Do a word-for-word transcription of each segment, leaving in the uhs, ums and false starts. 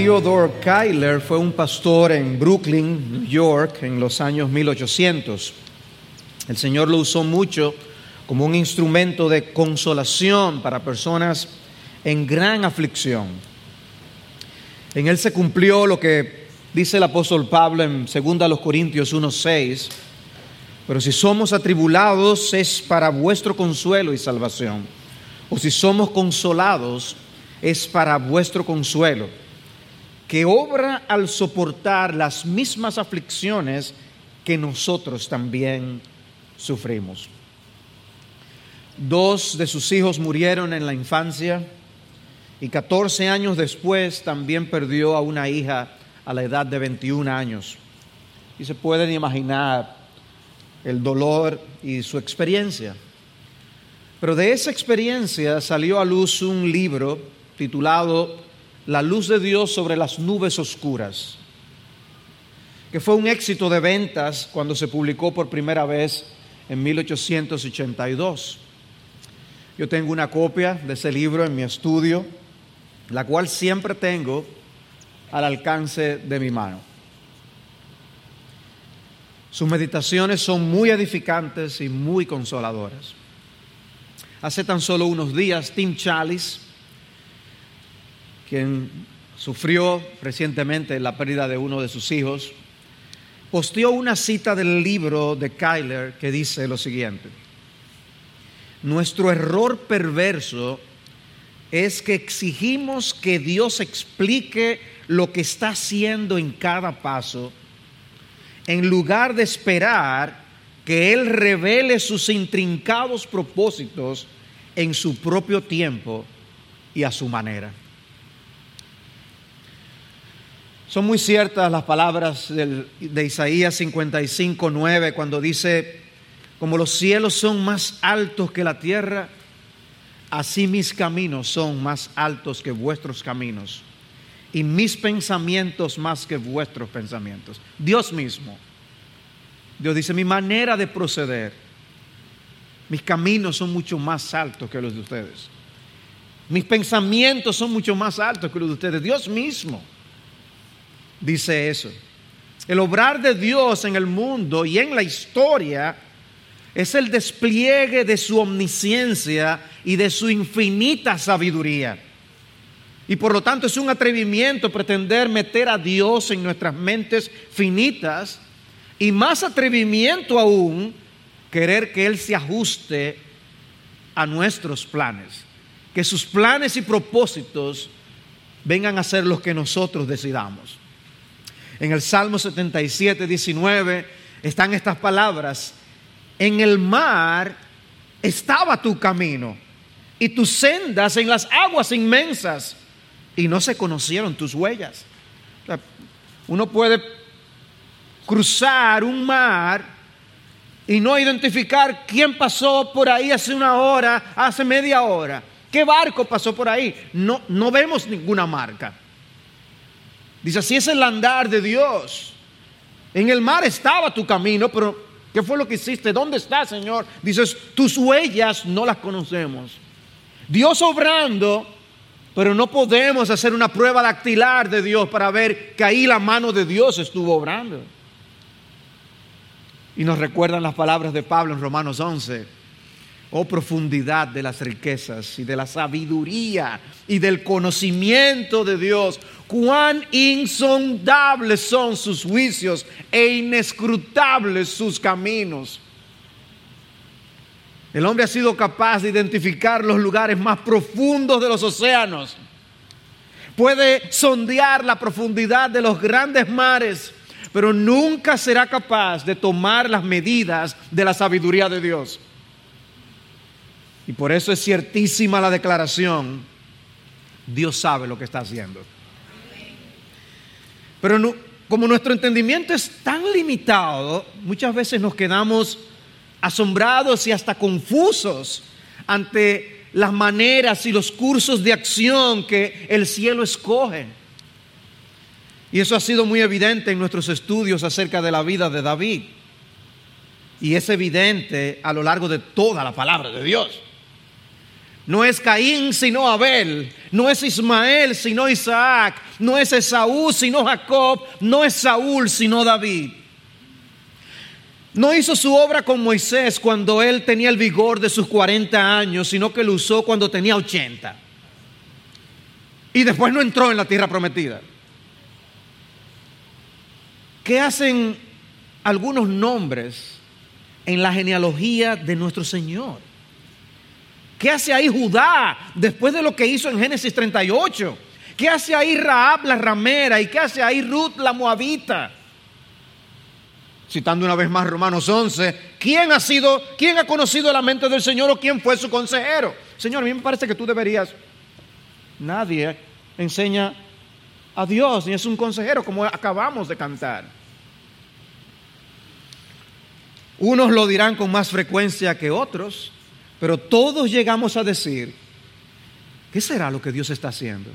Theodore Cuyler fue un pastor en Brooklyn, New York, en los años mil ochocientos. El Señor lo usó mucho como un instrumento de consolación para personas en gran aflicción. En él se cumplió lo que dice el apóstol Pablo en segunda Corintios uno seis: pero si somos atribulados es para vuestro consuelo y salvación, o si somos consolados es para vuestro consuelo, que obra al soportar las mismas aflicciones que nosotros también sufrimos. Dos de sus hijos murieron en la infancia y catorce años después también perdió a una hija a la edad de veintiún años. Y se pueden imaginar el dolor y su experiencia. Pero de esa experiencia salió a luz un libro titulado La luz de Dios sobre las nubes oscuras, que fue un éxito de ventas cuando se publicó por primera vez en mil ochocientos ochenta y dos. Yo tengo una copia de ese libro en mi estudio, la cual siempre tengo al alcance de mi mano. Sus meditaciones son muy edificantes y muy consoladoras. Hace tan solo unos días, Tim Challies, quien sufrió recientemente la pérdida de uno de sus hijos, posteó una cita del libro de Cuyler que dice lo siguiente: nuestro error perverso es que exigimos que Dios explique lo que está haciendo en cada paso, en lugar de esperar que Él revele sus intrincados propósitos en su propio tiempo y a su manera. Son muy ciertas las palabras del, de Isaías cincuenta y cinco, nueve, cuando dice: como los cielos son más altos que la tierra, así mis caminos son más altos que vuestros caminos, y mis pensamientos más que vuestros pensamientos. Dios mismo, Dios dice: mi manera de proceder, mis caminos son mucho más altos que los de ustedes. Mis pensamientos son mucho más altos que los de ustedes. Dios mismo dice eso. El obrar de Dios en el mundo y en la historia es el despliegue de su omnisciencia y de su infinita sabiduría. Y por lo tanto es un atrevimiento pretender meter a Dios en nuestras mentes finitas, y más atrevimiento aún querer que Él se ajuste a nuestros planes, que sus planes y propósitos vengan a ser los que nosotros decidamos. En el Salmo setenta y siete, diecinueve están estas palabras: en el mar estaba tu camino y tus sendas en las aguas inmensas, y no se conocieron tus huellas. O sea, uno puede cruzar un mar y no identificar quién pasó por ahí hace una hora, hace media hora, qué barco pasó por ahí. No, no vemos ninguna marca. Dice: así es el andar de Dios. En el mar estaba tu camino, pero ¿qué fue lo que hiciste? ¿Dónde está, Señor? Dices: tus huellas no las conocemos. Dios obrando, pero no podemos hacer una prueba dactilar de Dios para ver que ahí la mano de Dios estuvo obrando. Y nos recuerdan las palabras de Pablo en Romanos once: oh profundidad de las riquezas y de la sabiduría y del conocimiento de Dios, cuán insondables son sus juicios e inescrutables sus caminos. El hombre ha sido capaz de identificar los lugares más profundos de los océanos. Puede sondear la profundidad de los grandes mares, pero nunca será capaz de tomar las medidas de la sabiduría de Dios. Y por eso es ciertísima la declaración: Dios sabe lo que está haciendo. Pero no, como nuestro entendimiento es tan limitado, muchas veces nos quedamos asombrados y hasta confusos ante las maneras y los cursos de acción que el cielo escoge. Y eso ha sido muy evidente en nuestros estudios acerca de la vida de David. Y es evidente a lo largo de toda la palabra de Dios. No es Caín sino Abel, no es Ismael sino Isaac, no es Esaú sino Jacob, no es Saúl sino David. No hizo su obra con Moisés cuando él tenía el vigor de sus cuarenta años, sino que lo usó cuando tenía ochenta. Y después no entró en la tierra prometida. ¿Qué hacen algunos nombres en la genealogía de nuestro Señor? ¿Qué hace ahí Judá después de lo que hizo en Génesis treinta y ocho? ¿Qué hace ahí Rahab la ramera? ¿Y qué hace ahí Ruth la moabita? Citando una vez más Romanos once, ¿quién ha sido, quién ha conocido la mente del Señor o quién fue su consejero? Señor, a mí me parece que tú deberías. Nadie enseña a Dios, ni es un consejero como acabamos de cantar. Unos lo dirán con más frecuencia que otros, pero todos llegamos a decir, ¿qué será lo que Dios está haciendo?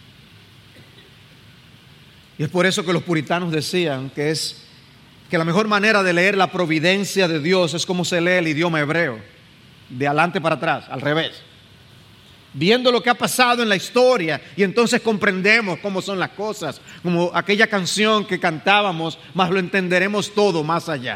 Y es por eso que los puritanos decían que es que la mejor manera de leer la providencia de Dios es como se lee el idioma hebreo, de adelante para atrás, al revés, viendo lo que ha pasado en la historia, y entonces comprendemos cómo son las cosas, como aquella canción que cantábamos, más lo entenderemos todo más allá.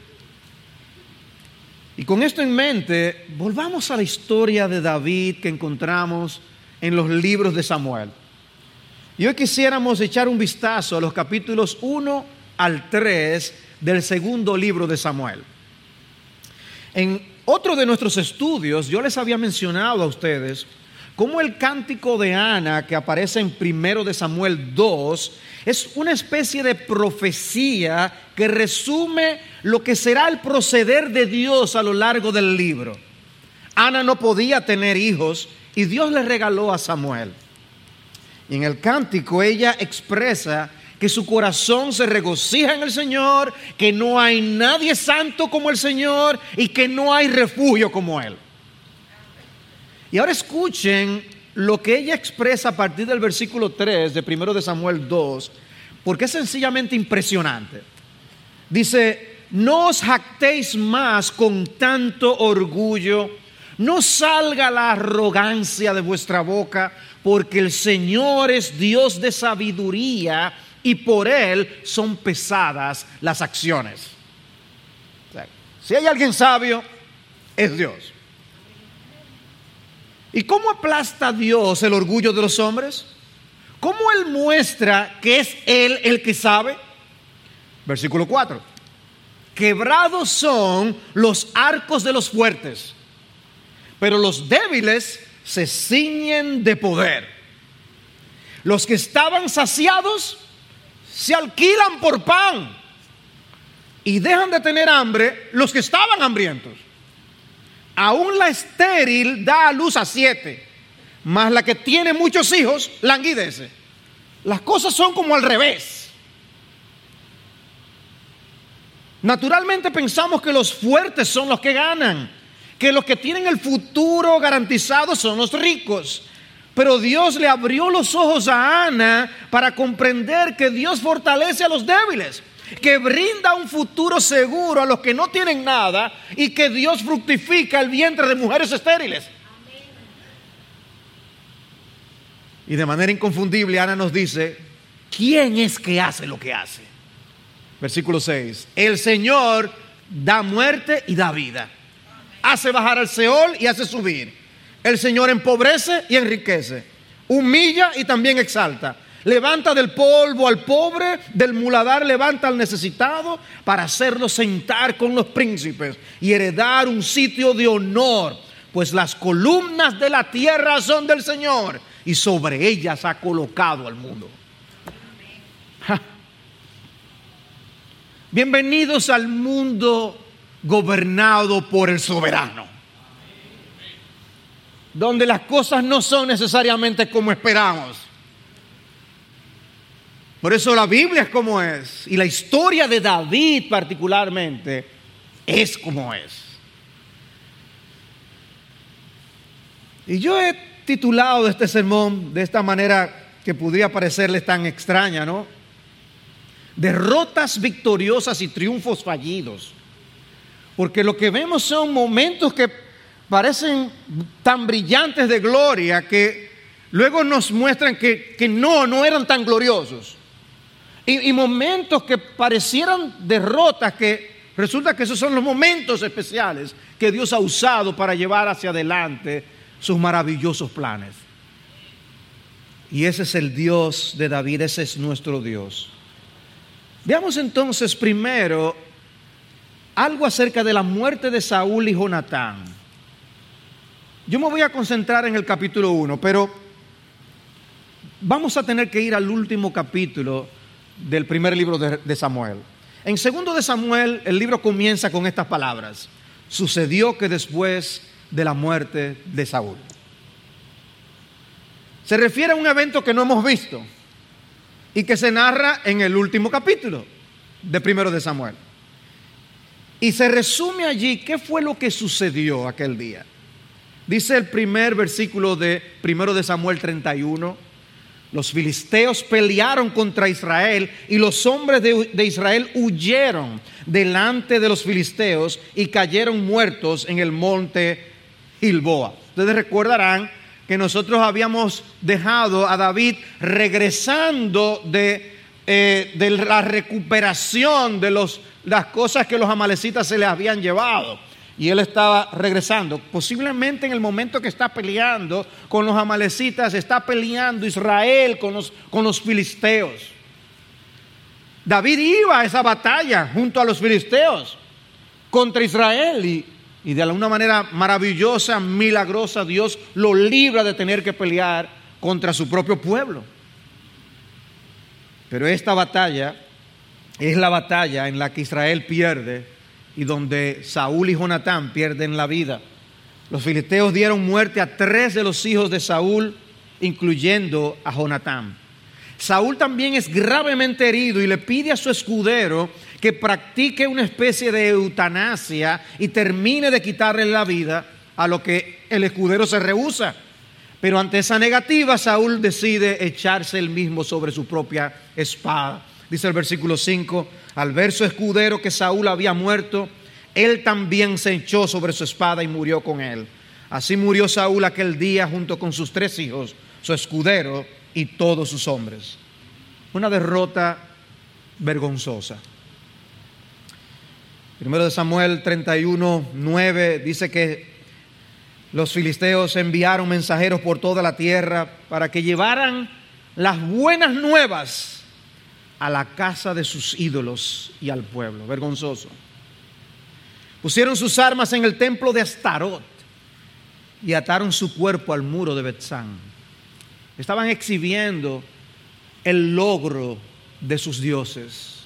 Y con esto en mente, volvamos a la historia de David que encontramos en los libros de Samuel. Y hoy quisiéramos echar un vistazo a los capítulos uno al tres del segundo libro de Samuel. En otro de nuestros estudios, yo les había mencionado a ustedes cómo el cántico de Ana, que aparece en primero de Samuel dos, es una especie de profecía que resume lo que será el proceder de Dios a lo largo del libro. Ana no podía tener hijos y Dios le regaló a Samuel. Y en el cántico ella expresa que su corazón se regocija en el Señor, que no hay nadie santo como el Señor y que no hay refugio como Él. Y ahora escuchen lo que ella expresa a partir del versículo tres de primero de Samuel dos, porque es sencillamente impresionante. Dice, no os jactéis más con tanto orgullo, no salga la arrogancia de vuestra boca, porque el Señor es Dios de sabiduría y por Él son pesadas las acciones. O sea, si hay alguien sabio, es Dios. ¿Y cómo aplasta Dios el orgullo de los hombres? ¿Cómo Él muestra que es Él el que sabe? Versículo cuatro. Quebrados son los arcos de los fuertes, pero los débiles se ciñen de poder. Los que estaban saciados se alquilan por pan y dejan de tener hambre los que estaban hambrientos. Aún la estéril da a luz a siete, mas la que tiene muchos hijos languidece. Las cosas son como al revés. Naturalmente pensamos que los fuertes son los que ganan, que los que tienen el futuro garantizado son los ricos. Pero Dios le abrió los ojos a Ana para comprender que Dios fortalece a los débiles, que brinda un futuro seguro a los que no tienen nada y que Dios fructifica el vientre de mujeres estériles. Amén. Y de manera inconfundible Ana nos dice, ¿quién es que hace lo que hace? Versículo seis, el Señor da muerte y da vida, hace bajar al Seol y hace subir. El Señor empobrece y enriquece, humilla y también exalta. Levanta del polvo al pobre, del muladar levanta al necesitado para hacerlo sentar con los príncipes y heredar un sitio de honor, pues las columnas de la tierra son del Señor y sobre ellas ha colocado al mundo. Ja. Bienvenidos al mundo gobernado por el soberano, donde las cosas no son necesariamente como esperamos. Por eso la Biblia es como es, y la historia de David particularmente es como es. Y yo he titulado este sermón de esta manera que podría parecerles tan extraña, ¿no? Derrotas victoriosas y triunfos fallidos. Porque lo que vemos son momentos que parecen tan brillantes de gloria que luego nos muestran que, que no, no eran tan gloriosos. Y, y momentos que parecieran derrotas, que resulta que esos son los momentos especiales que Dios ha usado para llevar hacia adelante sus maravillosos planes. Y ese es el Dios de David, ese es nuestro Dios. Veamos entonces primero algo acerca de la muerte de Saúl y Jonatán. Yo me voy a concentrar en el capítulo uno, pero vamos a tener que ir al último capítulo del primer libro de, de Samuel. En segundo de Samuel, el libro comienza con estas palabras: sucedió que después de la muerte de Saúl. Se refiere a un evento que no hemos visto y que se narra en el último capítulo de primero de Samuel. Y se resume allí qué fue lo que sucedió aquel día. Dice el primer versículo de primero de Samuel treinta y uno: los filisteos pelearon contra Israel y los hombres de, de Israel huyeron delante de los filisteos y cayeron muertos en el monte Gilboa. Ustedes recordarán que nosotros habíamos dejado a David regresando de, eh, de la recuperación de los, las cosas que los amalecitas se les habían llevado. Y él estaba regresando. Posiblemente en el momento que está peleando con los amalecitas, está peleando Israel con los, con los filisteos. David iba a esa batalla junto a los filisteos contra Israel y, y de alguna manera maravillosa, milagrosa, Dios lo libra de tener que pelear contra su propio pueblo. Pero esta batalla es la batalla en la que Israel pierde y donde Saúl y Jonatán pierden la vida. Los filisteos dieron muerte a tres de los hijos de Saúl, incluyendo a Jonatán. Saúl también es gravemente herido y le pide a su escudero que practique una especie de eutanasia y termine de quitarle la vida, a lo que el escudero se rehúsa. Pero ante esa negativa, Saúl decide echarse él mismo sobre su propia espada. Dice el versículo cinco: al ver su escudero que Saúl había muerto, él también se echó sobre su espada y murió con él. Así murió Saúl aquel día junto con sus tres hijos, su escudero y todos sus hombres. Una derrota vergonzosa. Primero de Samuel treinta y uno, nueve dice que los filisteos enviaron mensajeros por toda la tierra para que llevaran las buenas nuevas a la casa de sus ídolos y al pueblo. Vergonzoso. Pusieron sus armas en el templo de Astarot y ataron su cuerpo al muro de Betzán. Estaban exhibiendo el logro de sus dioses.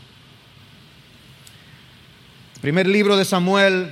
El primer libro de Samuel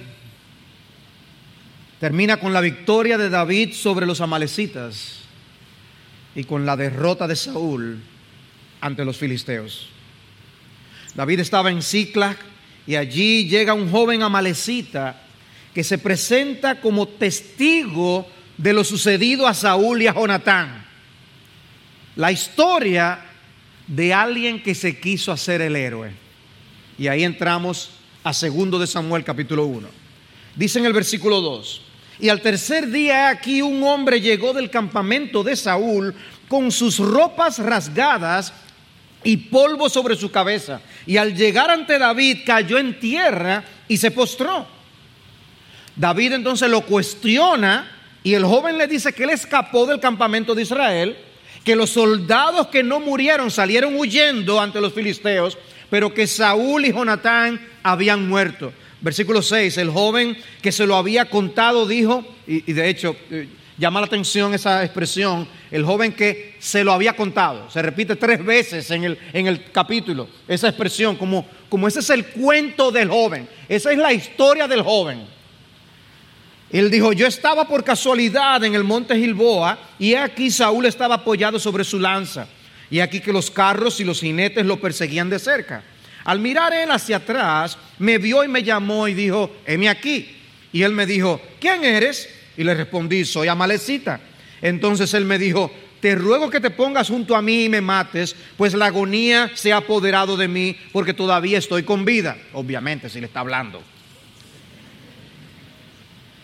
termina con la victoria de David sobre los amalecitas y con la derrota de Saúl ante los filisteos. David estaba en Siclag y allí llega un joven amalecita que se presenta como testigo de lo sucedido a Saúl y a Jonatán. La historia de alguien que se quiso hacer el héroe. Y ahí entramos a segundo de Samuel capítulo uno. Dice en el versículo dos: y al tercer día aquí un hombre llegó del campamento de Saúl con sus ropas rasgadas y polvo sobre su cabeza, y al llegar ante David cayó en tierra y se postró. David entonces lo cuestiona y el joven le dice que él escapó del campamento de Israel, que los soldados que no murieron salieron huyendo ante los filisteos, pero que Saúl y Jonatán habían muerto. Versículo seis: el joven que se lo había contado dijo, y, y de hecho eh, llama la atención esa expresión, el joven que se lo había contado. Se repite tres veces en el, en el capítulo esa expresión, como, como ese es el cuento del joven, esa es la historia del joven. Él dijo: yo estaba por casualidad en el monte Gilboa, y he aquí Saúl estaba apoyado sobre su lanza, y aquí que los carros y los jinetes lo perseguían de cerca. Al mirar él hacia atrás, me vio y me llamó y dijo: heme aquí. Y él me dijo: ¿quién eres? Y le respondí: soy amalecita. Entonces él me dijo: te ruego que te pongas junto a mí y me mates, pues la agonía se ha apoderado de mí, porque todavía estoy con vida. Obviamente, si le está hablando.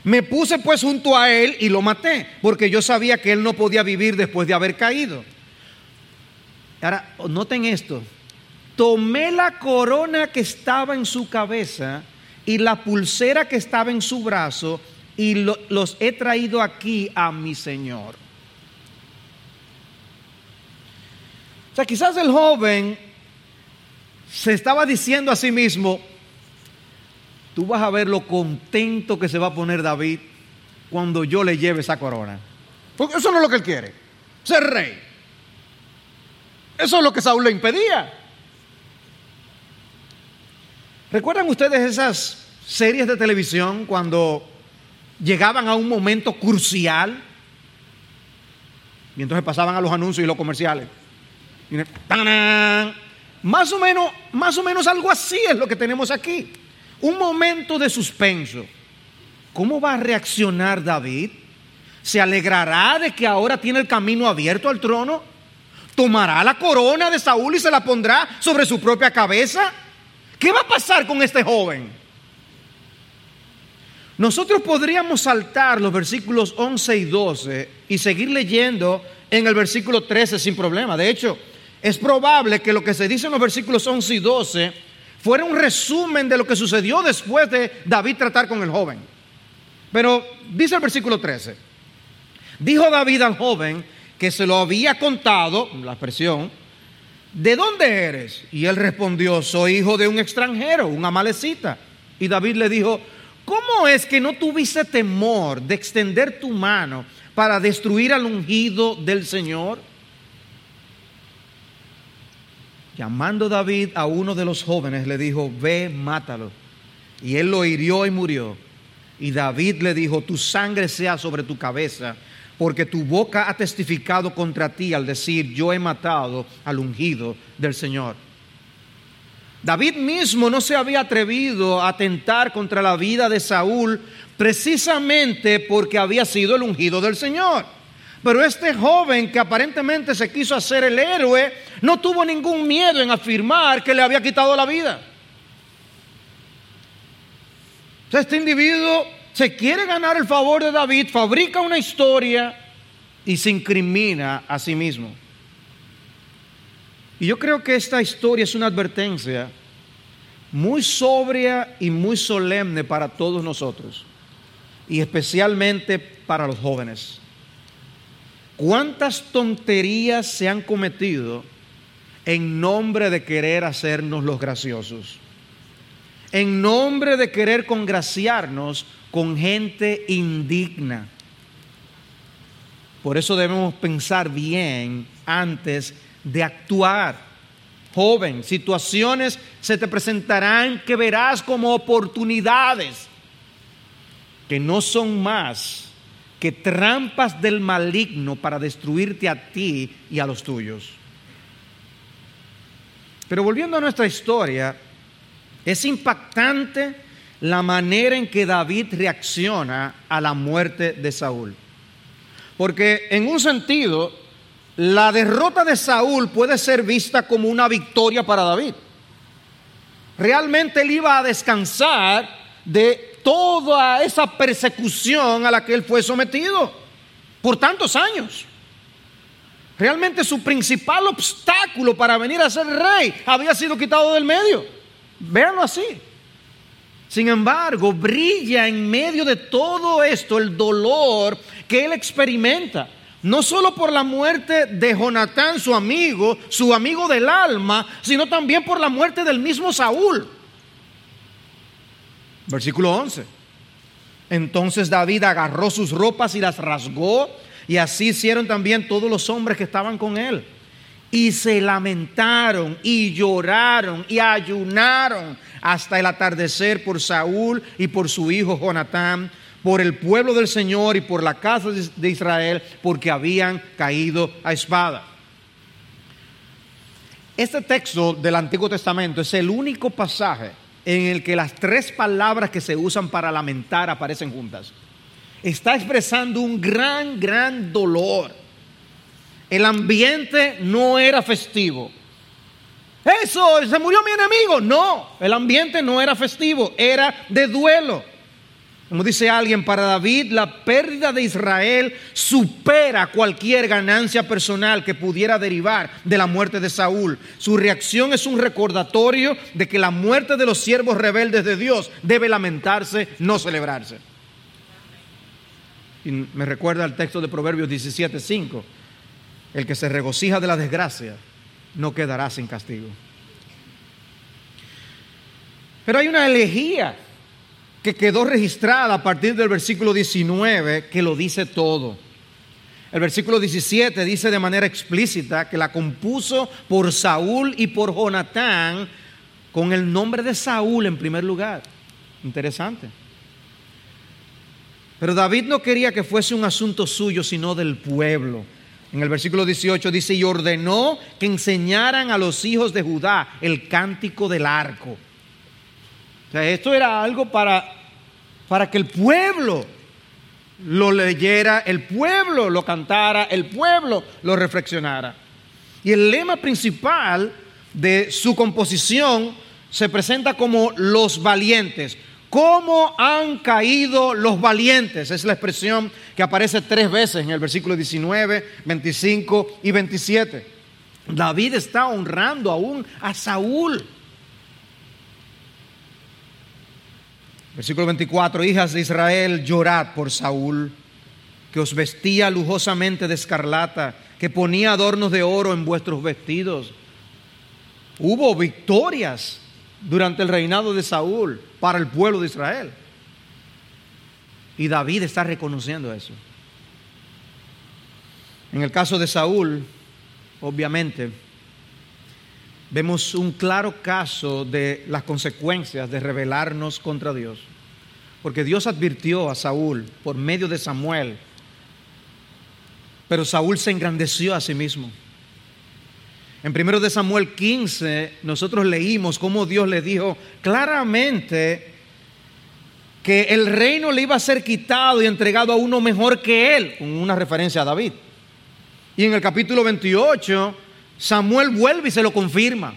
Me puse pues junto a él y lo maté, porque yo sabía que él no podía vivir después de haber caído. Ahora, noten esto. Tomé la corona que estaba en su cabeza y la pulsera que estaba en su brazo y lo, los he traído aquí a mi señor. O sea, quizás el joven se estaba diciendo a sí mismo: tú vas a ver lo contento que se va a poner David cuando yo le lleve esa corona. Porque eso no es lo que él quiere, ser rey. Eso es lo que Saúl le impedía. ¿Recuerdan ustedes esas series de televisión cuando llegaban a un momento crucial y entonces pasaban a los anuncios y los comerciales? Y ¡tanán! Más o menos, más o menos algo así es lo que tenemos aquí. Un momento de suspenso. ¿Cómo va a reaccionar David? ¿Se alegrará de que ahora tiene el camino abierto al trono? ¿Tomará la corona de Saúl y se la pondrá sobre su propia cabeza? ¿Qué va a pasar con este joven? Nosotros podríamos saltar los versículos once y doce y seguir leyendo en el versículo trece sin problema. De hecho, es probable que lo que se dice en los versículos once y doce fuera un resumen de lo que sucedió después de David tratar con el joven. Pero dice el versículo trece: dijo David al joven que se lo había contado, la expresión, ¿de dónde eres? Y él respondió: soy hijo de un extranjero, un amalecita. Y David le dijo: ¿cómo es que no tuviste temor de extender tu mano para destruir al ungido del Señor? Llamando David a uno de los jóvenes, le dijo: ve, mátalo. Y él lo hirió y murió. Y David le dijo: tu sangre sea sobre tu cabeza, porque tu boca ha testificado contra ti al decir: yo he matado al ungido del Señor. David mismo no se había atrevido a atentar contra la vida de Saúl precisamente porque había sido el ungido del Señor. Pero este joven que aparentemente se quiso hacer el héroe no tuvo ningún miedo en afirmar que le había quitado la vida. O sea, este individuo se quiere ganar el favor de David, fabrica una historia y se incrimina a sí mismo. Y yo creo que esta historia es una advertencia muy sobria y muy solemne para todos nosotros, y especialmente para los jóvenes. ¿Cuántas tonterías se han cometido en nombre de querer hacernos los graciosos? En nombre de querer congraciarnos con gente indigna. Por eso debemos pensar bien antes de actuar. Joven, situaciones se te presentarán que verás como oportunidades que no son más que trampas del maligno para destruirte a ti y a los tuyos. Pero volviendo a nuestra historia, es impactante la manera en que David reacciona a la muerte de Saúl. Porque en un sentido, la derrota de Saúl puede ser vista como una victoria para David. Realmente él iba a descansar de toda esa persecución a la que él fue sometido por tantos años. Realmente su principal obstáculo para venir a ser rey había sido quitado del medio. Véanlo así. Sin embargo, brilla en medio de todo esto el dolor que él experimenta. No solo por la muerte de Jonatán, su amigo, su amigo del alma, sino también por la muerte del mismo Saúl. Versículo once. Entonces David agarró sus ropas y las rasgó, y así hicieron también todos los hombres que estaban con él. Y se lamentaron y lloraron y ayunaron hasta el atardecer por Saúl y por su hijo Jonatán, por el pueblo del Señor y por la casa de Israel, porque habían caído a espada. Este texto del Antiguo Testamento es el único pasaje en el que las tres palabras que se usan para lamentar aparecen juntas. Está expresando un gran, gran dolor. El ambiente no era festivo. Eso, se murió mi enemigo. No, el ambiente no era festivo, era de duelo. Como dice alguien, para David la pérdida de Israel supera cualquier ganancia personal que pudiera derivar de la muerte de Saúl. Su reacción es un recordatorio de que la muerte de los siervos rebeldes de Dios debe lamentarse, no celebrarse. Y me recuerda el texto de Proverbios diecisiete cinco. El que se regocija de la desgracia no quedará sin castigo. Pero hay una elegía que quedó registrada a partir del versículo diecinueve que lo dice todo. El versículo diecisiete dice de manera explícita que la compuso por Saúl y por Jonatán, con el nombre de Saúl en primer lugar. Interesante. Pero David no quería que fuese un asunto suyo, sino del pueblo. En el versículo dieciocho dice: y ordenó que enseñaran a los hijos de Judá el cántico del arco. O sea, esto era algo para, para que el pueblo lo leyera, el pueblo lo cantara, el pueblo lo reflexionara. Y el lema principal de su composición se presenta como los valientes. ¿Cómo han caído los valientes? Es la expresión que aparece tres veces en el versículo diecinueve, veinticinco y veintisiete. David está honrando aún a Saúl. Versículo veinticuatro: hijas de Israel, llorad por Saúl, que os vestía lujosamente de escarlata, que ponía adornos de oro en vuestros vestidos. Hubo victorias durante el reinado de Saúl para el pueblo de Israel. Y David está reconociendo eso. En el caso de Saúl, obviamente, vemos un claro caso de las consecuencias de rebelarnos contra Dios. Porque Dios advirtió a Saúl por medio de Samuel, pero Saúl se engrandeció a sí mismo. En primero de Samuel quince, nosotros leímos cómo Dios le dijo claramente que el reino le iba a ser quitado y entregado a uno mejor que él, con una referencia a David. Y en el capítulo veintiocho, Samuel vuelve y se lo confirma.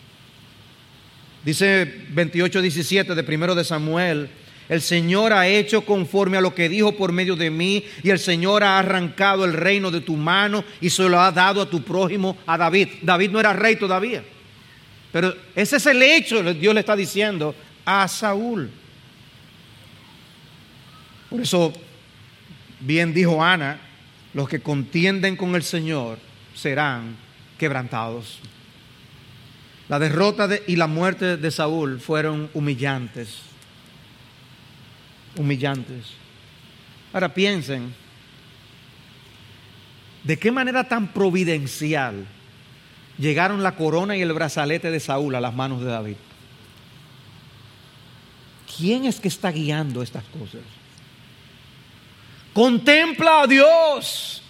Dice veintiocho diecisiete de primero de Samuel: el Señor ha hecho conforme a lo que dijo por medio de mí, y el Señor ha arrancado el reino de tu mano y se lo ha dado a tu prójimo, a David. David no era rey todavía, pero ese es el hecho, Dios le está diciendo a Saúl. Por eso bien dijo Ana: los que contienden con el Señor serán quebrantados. La derrota de, y la muerte de Saúl fueron humillantes. Humillantes. Ahora piensen, ¿de qué manera tan providencial llegaron la corona y el brazalete de Saúl a las manos de David? ¿Quién es que está guiando estas cosas? Contempla a Dios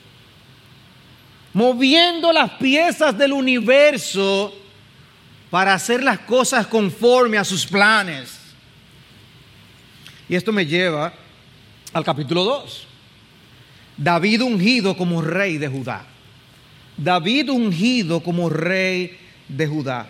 moviendo las piezas del universo para hacer las cosas conforme a sus planes. Y esto me lleva al capítulo dos. David ungido como rey de Judá. David ungido como rey de Judá.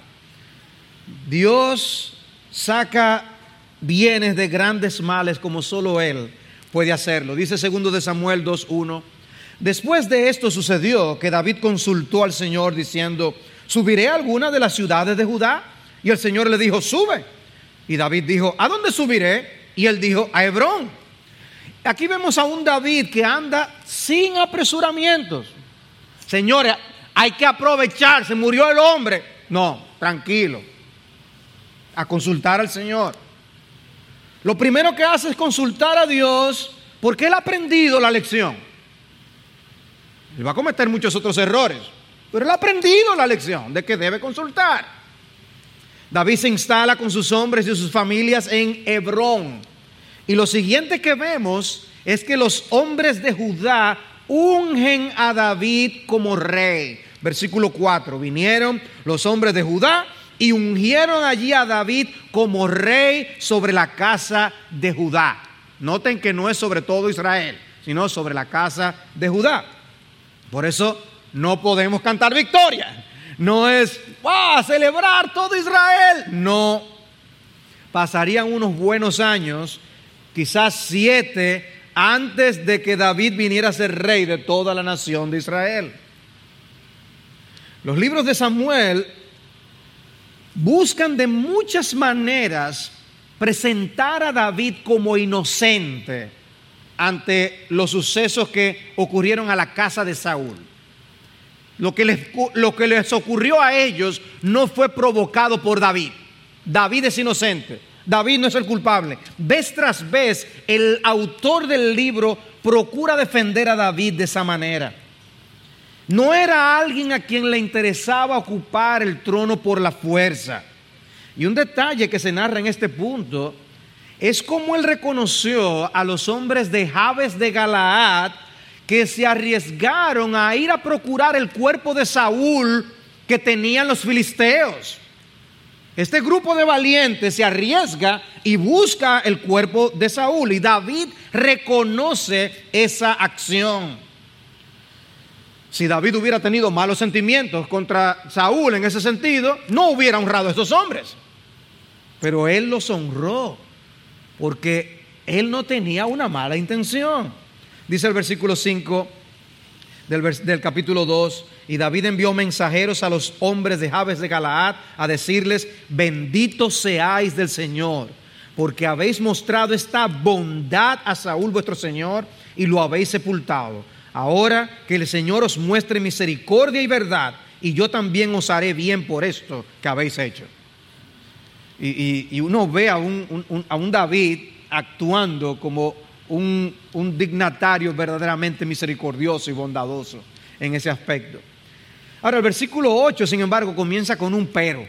Dios saca bienes de grandes males como solo Él puede hacerlo. Dice segundo de Samuel dos uno. Después de esto sucedió que David consultó al Señor diciendo: ¿subiré a alguna de las ciudades de Judá? Y el Señor le dijo: sube. Y David dijo: ¿a dónde subiré? Y él dijo: a Hebrón. Aquí vemos a un David que anda sin apresuramientos. Señores, hay que aprovechar, se murió el hombre. No, tranquilo. A consultar al Señor. Lo primero que hace es consultar a Dios, porque él ha aprendido la lección. Él va a cometer muchos otros errores, pero él ha aprendido la lección de que debe consultar. David se instala con sus hombres y sus familias en Hebrón. Y lo siguiente que vemos es que los hombres de Judá ungen a David como rey. Versículo cuatro. Vinieron los hombres de Judá y ungieron allí a David como rey sobre la casa de Judá. Noten que no es sobre todo Israel, sino sobre la casa de Judá. Por eso no podemos cantar victoria. No es ¡wow! A celebrar todo Israel. No. Pasarían unos buenos años quizás siete, antes de que David viniera a ser rey de toda la nación de Israel. Los libros de Samuel buscan de muchas maneras presentar a David como inocente ante los sucesos que ocurrieron a la casa de Saúl. Lo que les, lo que les ocurrió a ellos no fue provocado por David. David es inocente. David no es el culpable. Vez tras vez, el autor del libro procura defender a David de esa manera. No era alguien a quien le interesaba ocupar el trono por la fuerza. Y un detalle que se narra en este punto es cómo él reconoció a los hombres de Jabes de Galaad que se arriesgaron a ir a procurar el cuerpo de Saúl que tenían los filisteos. Este grupo de valientes se arriesga y busca el cuerpo de Saúl, y David reconoce esa acción. Si David hubiera tenido malos sentimientos contra Saúl en ese sentido, no hubiera honrado a estos hombres. Pero él los honró porque él no tenía una mala intención. Dice el versículo cinco del, vers- del capítulo dos: y David envió mensajeros a los hombres de Jabes de Galaad a decirles: benditos seáis del Señor, porque habéis mostrado esta bondad a Saúl vuestro señor y lo habéis sepultado. Ahora que el Señor os muestre misericordia y verdad, y yo también os haré bien por esto que habéis hecho. Y, y, y uno ve a un, un, a un David actuando como un, un dignatario verdaderamente misericordioso y bondadoso en ese aspecto. Ahora, el versículo ocho, sin embargo, comienza con un pero.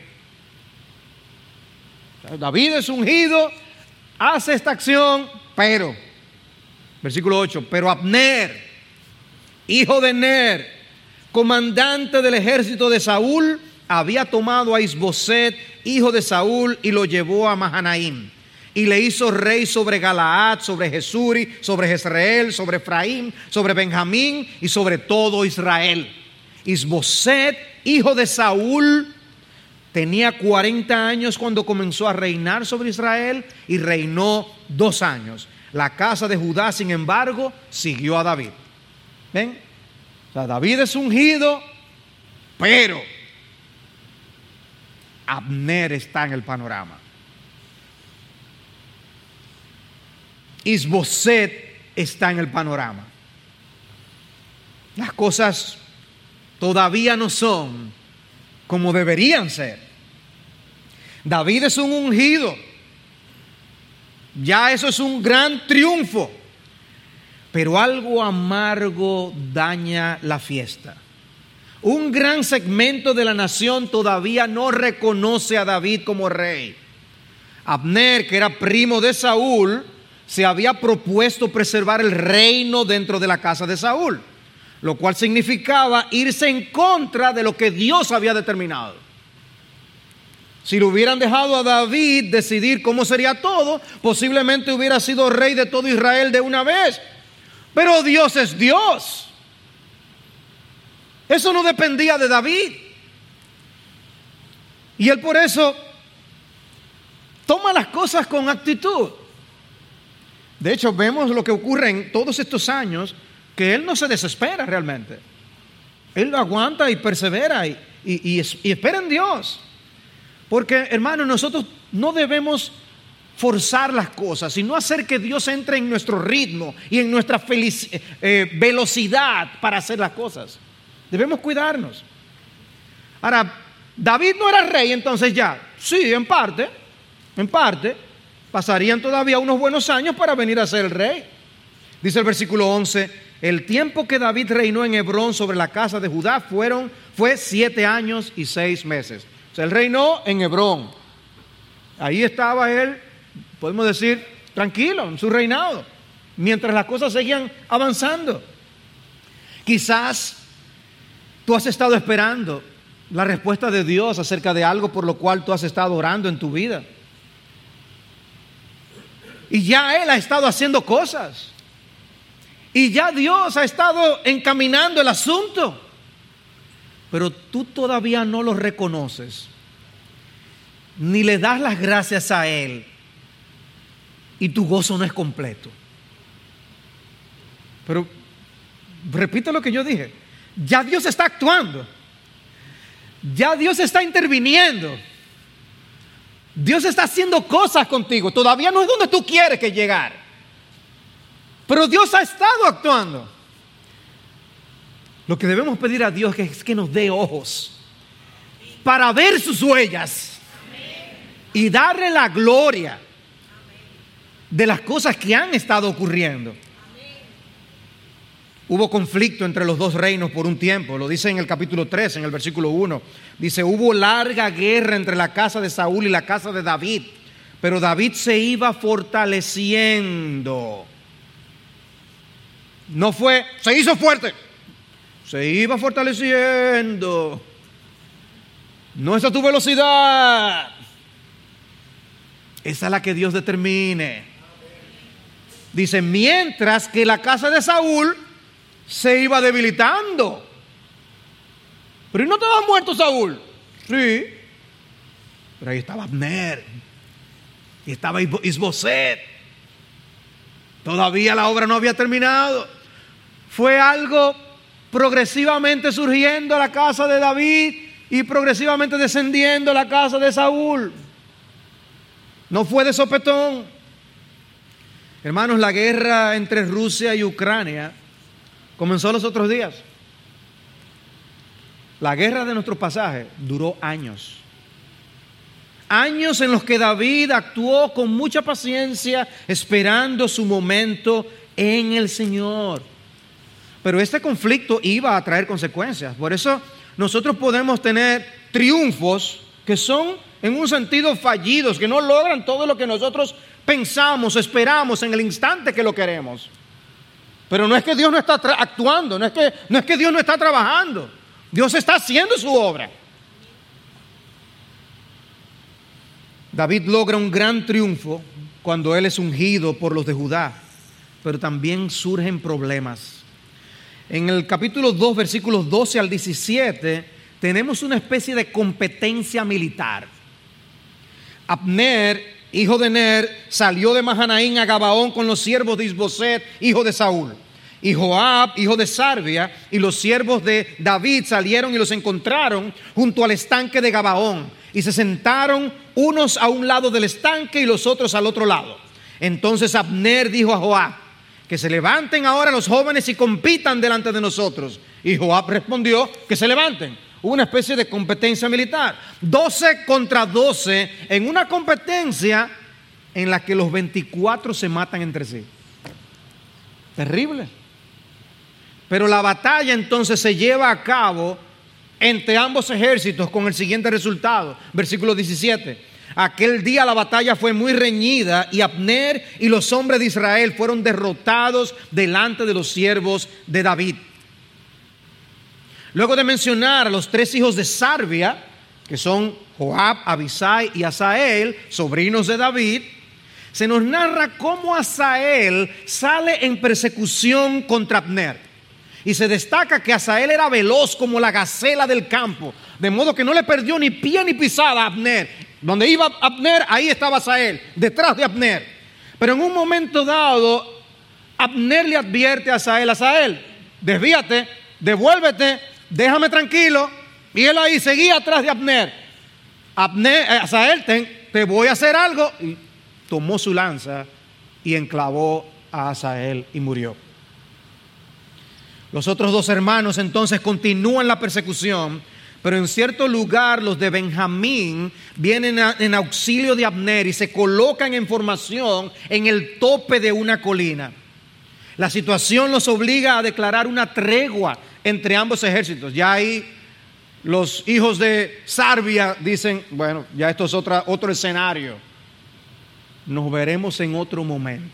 David es ungido, hace esta acción, pero. Versículo ocho: pero Abner, hijo de Ner, comandante del ejército de Saúl, había tomado a Isboset, hijo de Saúl, y lo llevó a Mahanaim. Y le hizo rey sobre Galaad, sobre Jesuri, sobre Jezreel, sobre Efraín, sobre Benjamín y sobre todo Israel. Isboset, hijo de Saúl, tenía cuarenta años cuando comenzó a reinar sobre Israel y reinó dos años. La casa de Judá, sin embargo, siguió a David. ¿Ven? O sea, David es ungido, pero Abner está en el panorama. Isboset está en el panorama. Las cosas todavía no son como deberían ser. David es un ungido. Ya eso es un gran triunfo. Pero algo amargo daña la fiesta. Un gran segmento de la nación todavía no reconoce a David como rey. Abner, que era primo de Saúl, se había propuesto preservar el reino dentro de la casa de Saúl, lo cual significaba irse en contra de lo que Dios había determinado. Si lo hubieran dejado a David decidir cómo sería todo, posiblemente hubiera sido rey de todo Israel de una vez. Pero Dios es Dios. Eso no dependía de David. Y él por eso toma las cosas con actitud. De hecho, vemos lo que ocurre en todos estos años, que él no se desespera realmente. Él lo aguanta y persevera y, y, y, y espera en Dios. Porque, hermanos, nosotros no debemos forzar las cosas, sino hacer que Dios entre en nuestro ritmo y en nuestra felic- eh, velocidad para hacer las cosas. Debemos cuidarnos. Ahora, David no era rey, entonces ya, sí, en parte, en parte, pasarían todavía unos buenos años para venir a ser el rey. Dice el versículo once: el tiempo que David reinó en Hebrón sobre la casa de Judá fueron, fue siete años y seis meses. O sea, él reinó en Hebrón. Ahí estaba él, podemos decir, tranquilo en su reinado, mientras las cosas seguían avanzando. Quizás tú has estado esperando la respuesta de Dios acerca de algo por lo cual tú has estado orando en tu vida. Y ya Él ha estado haciendo cosas. Y ya Dios ha estado encaminando el asunto. Pero tú todavía no lo reconoces, ni le das las gracias a Él. y tu gozo no es completo. Pero repito lo que yo dije, ya Dios está actuando, ya Dios está interviniendo, Dios está haciendo cosas contigo. Todavía no es donde tú quieres que llegar, pero Dios ha estado actuando. Lo que debemos pedir a Dios es que nos dé ojos para ver sus huellas y darle la gloria de las cosas que han estado ocurriendo. Hubo conflicto entre los dos reinos por un tiempo, lo dice en el capítulo tres, en el versículo uno. Dice, hubo larga guerra entre la casa de Saúl y la casa de David, pero David se iba fortaleciendo. No fue, se hizo fuerte, se iba fortaleciendo. No es a tu velocidad, esa es la que Dios determine. Dice, mientras que la casa de Saúl se iba debilitando. Pero ¿y no estaba muerto Saúl? Sí, pero ahí estaba Abner y estaba Isboset. Todavía la obra no había terminado. Fue algo progresivamente surgiendo a la casa de David y progresivamente descendiendo a la casa de Saúl. No fue de sopetón. Hermanos, la guerra entre Rusia y Ucrania comenzó los otros días. La guerra de nuestro pasaje duró años. Años en los que David actuó con mucha paciencia, esperando su momento en el Señor. Pero este conflicto iba a traer consecuencias. Por eso nosotros podemos tener triunfos que son en un sentido fallidos, que no logran todo lo que nosotros pensamos, esperamos en el instante que lo queremos. Pero no es que Dios no está actuando, no es que, no es que Dios no está trabajando. Dios está haciendo su obra. David logra un gran triunfo cuando él es ungido por los de Judá, pero también surgen problemas. En el capítulo dos, versículos doce al diecisiete, tenemos una especie de competencia militar. Abner, hijo de Ner, salió de Mahanaín a Gabaón con los siervos de Isboset, hijo de Saúl. Y Joab, hijo de Sarvia, y los siervos de David salieron y los encontraron junto al estanque de Gabaón. Y se sentaron unos a un lado del estanque y los otros al otro lado. Entonces Abner dijo a Joab, que se levanten ahora los jóvenes y compitan delante de nosotros. Y Joab respondió, que se levanten. Hubo una especie de competencia militar. doce contra doce en una competencia en la que los veinticuatro se matan entre sí. Terrible. Pero la batalla entonces se lleva a cabo entre ambos ejércitos con el siguiente resultado. Versículo diecisiete. Aquel día la batalla fue muy reñida y Abner y los hombres de Israel fueron derrotados delante de los siervos de David. Luego de mencionar a los tres hijos de Sarvia, que son Joab, Abisai y Asael, sobrinos de David, se nos narra cómo Asael sale en persecución contra Abner. Y se destaca que Asael era veloz como la gacela del campo, de modo que no le perdió ni pie ni pisada a Abner. Donde iba Abner, ahí estaba Asael, detrás de Abner. Pero en un momento dado, Abner le advierte a Asael, Asael, desvíate, devuélvete, déjame tranquilo. Y él ahí seguía atrás de Abner. Abner, eh, Asael, te, te voy a hacer algo. Y tomó su lanza y enclavó a Asael y murió. Los otros dos hermanos entonces continúan la persecución, pero en cierto lugar los de Benjamín vienen a, en auxilio de Abner y se colocan en formación en el tope de una colina. La situación los obliga a declarar una tregua entre ambos ejércitos. Ya ahí los hijos de Sarvia dicen, bueno, ya esto es otra, otro escenario. Nos veremos en otro momento.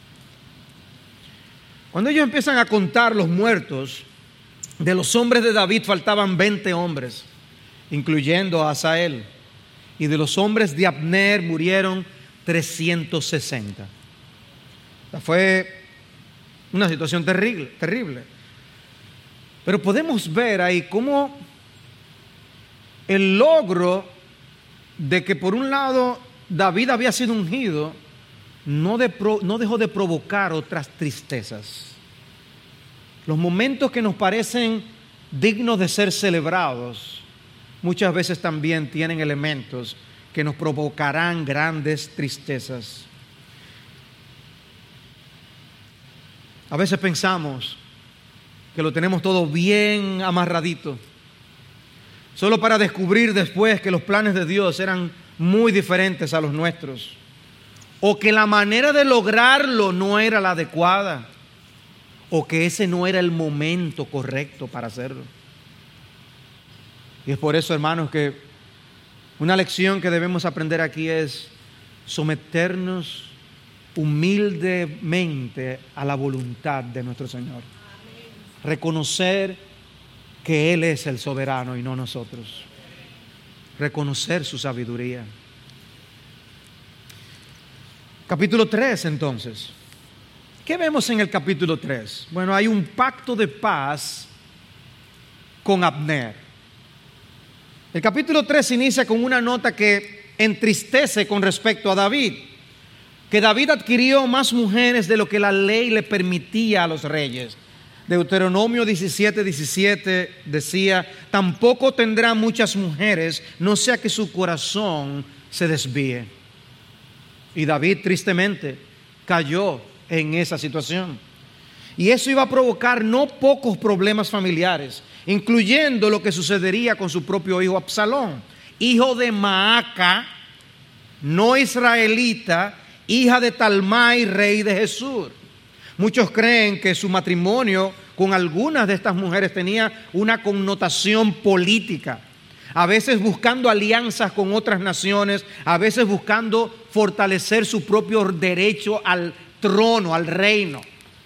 Cuando ellos empiezan a contar los muertos, de los hombres de David faltaban veinte hombres, incluyendo a Asael. Y de los hombres de Abner murieron trescientos sesenta. O sea, fue una situación terrible, terrible. Pero podemos ver ahí cómo el logro de que por un lado David había sido ungido no, de pro, no dejó de provocar otras tristezas. Los momentos que nos parecen dignos de ser celebrados, muchas veces también tienen elementos que nos provocarán grandes tristezas. A veces pensamos que lo tenemos todo bien amarradito, solo para descubrir después que los planes de Dios eran muy diferentes a los nuestros, o que la manera de lograrlo no era la adecuada, o que ese no era el momento correcto para hacerlo. Y es por eso, hermanos, que una lección que debemos aprender aquí es someternos humildemente a la voluntad de nuestro Señor. Reconocer que Él es el soberano y no nosotros. Reconocer su sabiduría. Capítulo tres, entonces. ¿Qué vemos en el capítulo tres? Bueno, hay un pacto de paz con Abner. El capítulo tres inicia con una nota que entristece con respecto a David, que David adquirió más mujeres de lo que la ley le permitía a los reyes. Deuteronomio diecisiete, diecisiete decía: tampoco tendrá muchas mujeres, no sea que su corazón se desvíe. Y David tristemente cayó en esa situación. Y eso iba a provocar no pocos problemas familiares, incluyendo lo que sucedería con su propio hijo Absalón, hijo de Maaca, no israelita, hija de Talmai, rey de Jesús. Muchos creen que su matrimonio con algunas de estas mujeres tenía una connotación política, a veces buscando alianzas con otras naciones, a veces buscando fortalecer su propio derecho al trono, al reino.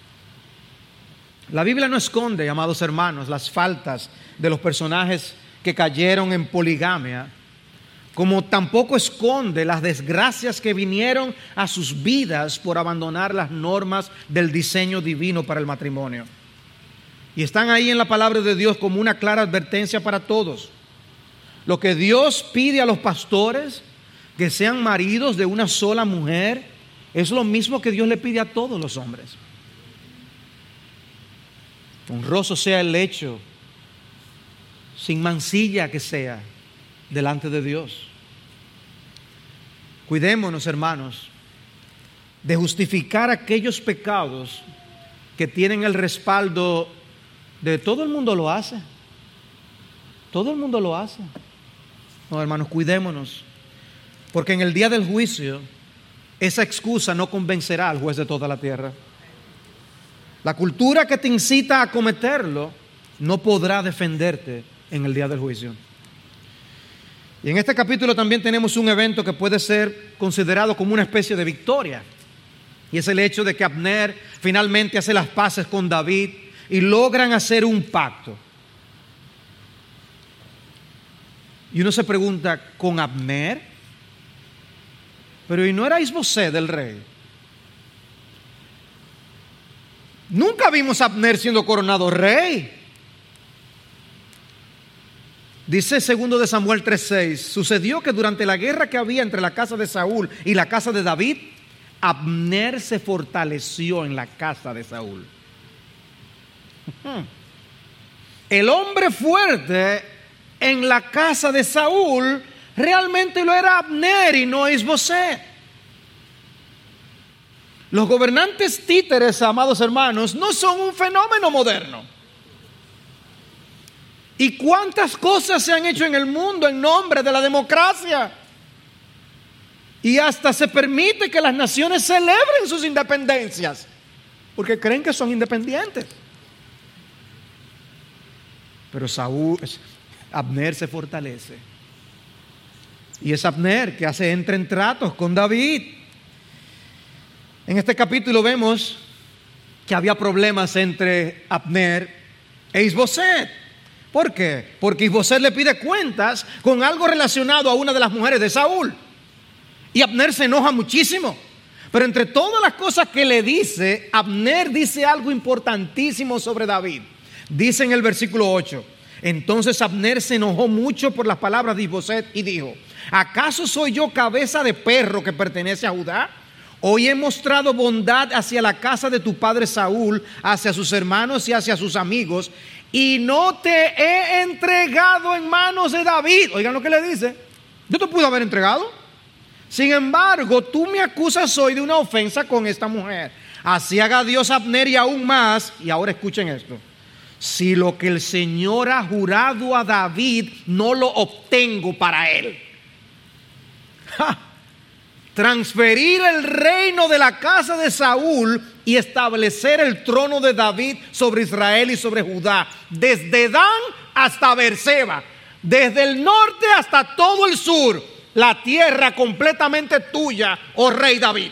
La Biblia no esconde, amados hermanos, las faltas de los personajes que cayeron en poligamia, como tampoco esconde las desgracias que vinieron a sus vidas por abandonar las normas del diseño divino para el matrimonio. Y están ahí en la palabra de Dios como una clara advertencia para todos. Lo que Dios pide a los pastores, que sean maridos de una sola mujer, es lo mismo que Dios le pide a todos los hombres. Honroso sea el lecho, sin mancilla que sea, delante de Dios. Cuidémonos, hermanos, de justificar aquellos pecados que tienen el respaldo de todo el mundo lo hace. Todo el mundo lo hace. No, hermanos, cuidémonos, porque en el día del juicio esa excusa no convencerá al juez de toda la tierra. La cultura que te incita a cometerlo no podrá defenderte en el día del juicio. Y en este capítulo también tenemos un evento que puede ser considerado como una especie de victoria. Y es el hecho de que Abner finalmente hace las paces con David y logran hacer un pacto. Y uno se pregunta, ¿con Abner? Pero ¿y no era Isboset el rey? Nunca vimos a Abner siendo coronado rey. Dice segundo de Samuel tres seis, sucedió que durante la guerra que había entre la casa de Saúl y la casa de David, Abner se fortaleció en la casa de Saúl. El hombre fuerte en la casa de Saúl realmente lo era Abner y no Isboset. Los gobernantes títeres, amados hermanos, no son un fenómeno moderno. ¿Y cuántas cosas se han hecho en el mundo en nombre de la democracia? Y hasta se permite que las naciones celebren sus independencias, porque creen que son independientes. Pero Saúl, Abner se fortalece. Y es Abner que hace entra en tratos con David. En este capítulo vemos que había problemas entre Abner e Isboset. ¿Por qué? Porque Isboset le pide cuentas con algo relacionado a una de las mujeres de Saúl. Y Abner se enoja muchísimo. Pero entre todas las cosas que le dice, Abner dice algo importantísimo sobre David. Dice en el versículo ocho, entonces Abner se enojó mucho por las palabras de Isboset y dijo, ¿acaso soy yo cabeza de perro que pertenece a Judá? Hoy he mostrado bondad hacia la casa de tu padre Saúl, hacia sus hermanos y hacia sus amigos, y no te he entregado en manos de David. Oigan lo que le dice. Yo te pude haber entregado. Sin embargo, tú me acusas hoy de una ofensa con esta mujer. Así haga Dios a Abner y aún más. Y ahora escuchen esto. Si lo que el Señor ha jurado a David no lo obtengo para él. ¡Ja! Transferir el reino de la casa de Saúl y establecer el trono de David sobre Israel y sobre Judá, desde Dan hasta Beerseba, desde el norte hasta todo el sur, la tierra completamente tuya, oh rey David.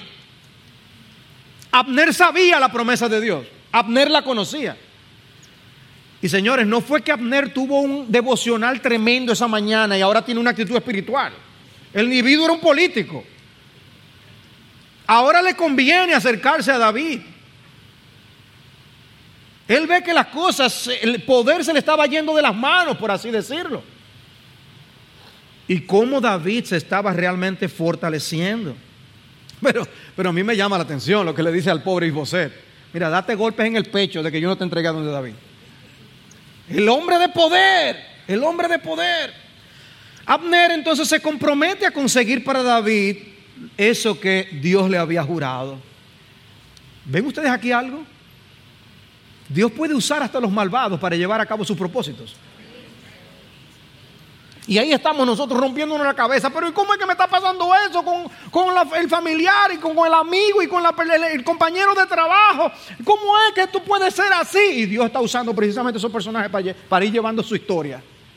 Abner sabía la promesa de Dios, Abner la conocía. Y señores, no fue que Abner tuvo un devocional tremendo esa mañana y ahora tiene una actitud espiritual. El individuo era un político. Ahora le conviene acercarse a David. Él ve que las cosas, el poder se le estaba yendo de las manos, por así decirlo. Y cómo David se estaba realmente fortaleciendo. Pero, pero a mí me llama la atención lo que le dice al pobre Isboset. Mira, date golpes en el pecho de que yo no te entregué a donde David. El hombre de poder, el hombre de poder. Abner entonces se compromete a conseguir para David eso que Dios le había jurado. ¿Ven ustedes aquí algo? Dios puede usar hasta los malvados para llevar a cabo sus propósitos. Y ahí estamos nosotros rompiéndonos la cabeza. Pero ¿y cómo es que me está pasando eso con, con la, el familiar y con, con el amigo y con la, el, el compañero de trabajo? ¿Cómo es que tú puedes ser así? Y Dios está usando precisamente esos personajes para, para ir llevando su historia.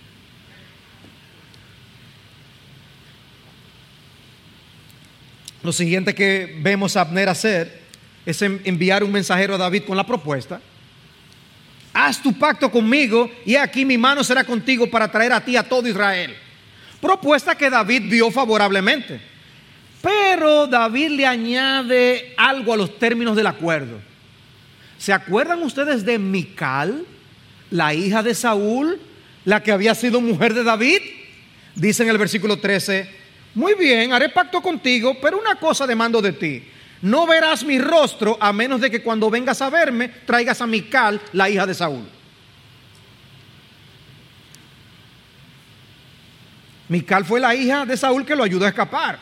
Lo siguiente que vemos a Abner hacer es enviar un mensajero a David con la propuesta: haz tu pacto conmigo y aquí mi mano será contigo para traer a ti a todo Israel. Propuesta que David vio favorablemente. Pero David le añade algo a los términos del acuerdo. ¿Se acuerdan ustedes de Mical, la hija de Saúl, la que había sido mujer de David? Dice en el versículo trece: muy bien, haré pacto contigo, pero una cosa demando de ti: no verás mi rostro a menos de que cuando vengas a verme traigas a Mical, la hija de Saúl. Mical fue la hija de Saúl que lo ayudó a escapar.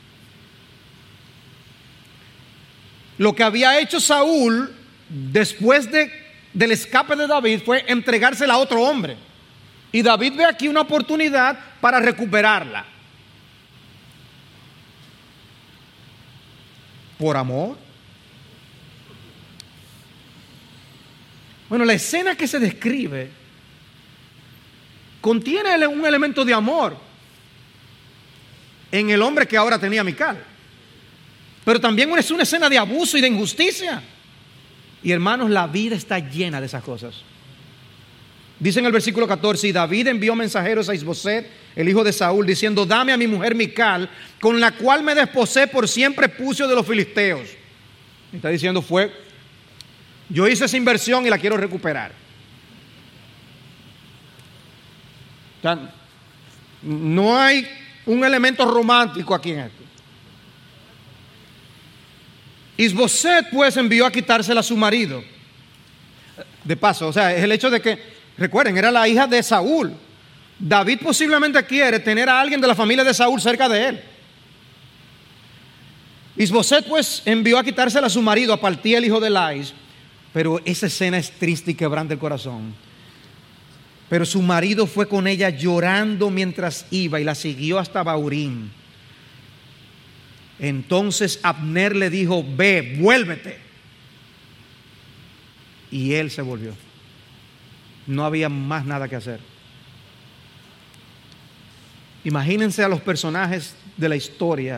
Lo que había hecho Saúl después de, del escape de David fue entregársela a otro hombre. Y David ve aquí una oportunidad para recuperarla. ¿Por amor? Bueno, la escena que se describe contiene un elemento de amor en el hombre que ahora tenía Mical, pero también es una escena de abuso y de injusticia. Y hermanos, la vida está llena de esas cosas. Dice en el versículo catorce: y David envió mensajeros a Isboset, el hijo de Saúl, diciendo: dame a mi mujer Mical, con la cual me desposé por siempre pucio de los filisteos. Y está diciendo: fue, yo hice esa inversión y la quiero recuperar. O sea, no hay un elemento romántico aquí en esto. Isboset pues envió a quitársela a su marido. De paso, o sea, es el hecho de que, recuerden, era la hija de Saúl. David posiblemente quiere tener a alguien de la familia de Saúl cerca de él. Isboset pues envió a quitársela a su marido, a Paltiel, hijo de Lais. Pero esa escena es triste y quebranta el corazón. Pero su marido fue con ella llorando mientras iba y la siguió hasta Bahurim. Entonces Abner le dijo: ve, vuélvete. Y él se volvió. No había más nada que hacer. Imagínense a los personajes de la historia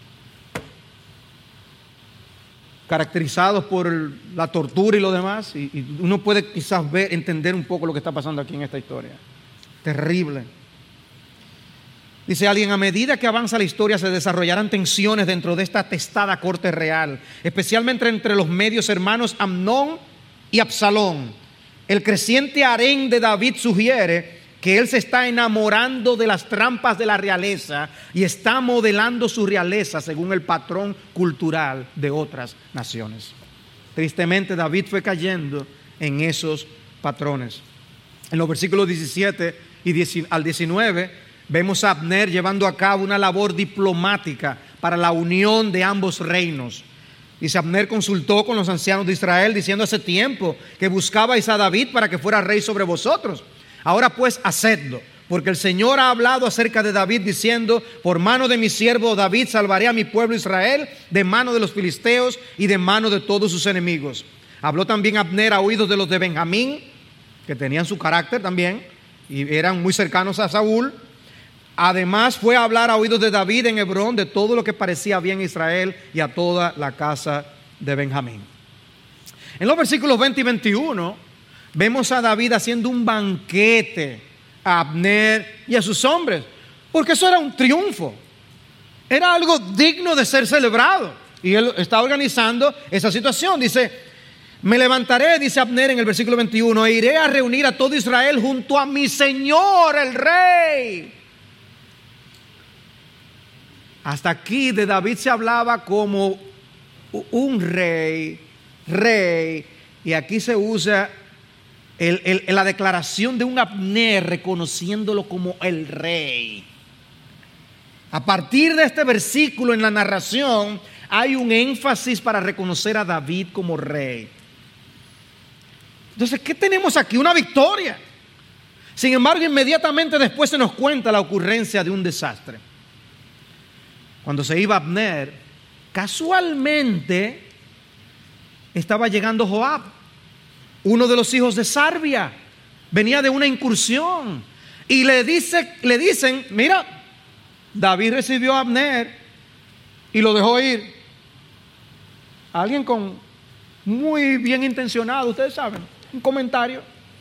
caracterizados por la tortura y lo demás, y, y uno puede quizás ver, entender un poco lo que está pasando aquí en esta historia. Terrible. Dice alguien: a medida que avanza la historia se desarrollarán tensiones dentro de esta atestada corte real, especialmente entre los medios hermanos Amnón y Absalón. El creciente harén de David sugiere que él se está enamorando de las trampas de la realeza y está modelando su realeza según el patrón cultural de otras naciones. Tristemente, David fue cayendo en esos patrones. En los versículos diecisiete y al diecinueve vemos a Abner llevando a cabo una labor diplomática para la unión de ambos reinos. Dice: Abner consultó con los ancianos de Israel, diciendo: hace tiempo que buscabais a David para que fuera rey sobre vosotros. Ahora pues hacedlo, porque el Señor ha hablado acerca de David, diciendo: por mano de mi siervo David salvaré a mi pueblo Israel de mano de los filisteos y de mano de todos sus enemigos. Habló también Abner a oídos de los de Benjamín, que tenían su carácter también y eran muy cercanos a Saúl. Además fue a hablar a oídos de David en Hebrón de todo lo que parecía bien a Israel y a toda la casa de Benjamín. En los versículos veinte y veintiuno vemos a David haciendo un banquete a Abner y a sus hombres, porque eso era un triunfo, era algo digno de ser celebrado, y él está organizando esa situación. Dice: me levantaré, dice Abner en el versículo veintiuno, e iré a reunir a todo Israel junto a mi Señor el Rey. Hasta aquí de David se hablaba como un rey, rey, y aquí se usa el, el, la declaración de un Abner reconociéndolo como el rey. A partir de este versículo en la narración hay un énfasis para reconocer a David como rey. Entonces, ¿qué tenemos aquí? Una victoria. Sin embargo, inmediatamente después se nos cuenta la ocurrencia de un desastre. Cuando se iba Abner, casualmente estaba llegando Joab, uno de los hijos de Sarbia. Venía de una incursión y le, dice, le dicen: mira, David recibió a Abner y lo dejó ir. Alguien con muy bien intencionado, ustedes saben, un comentario.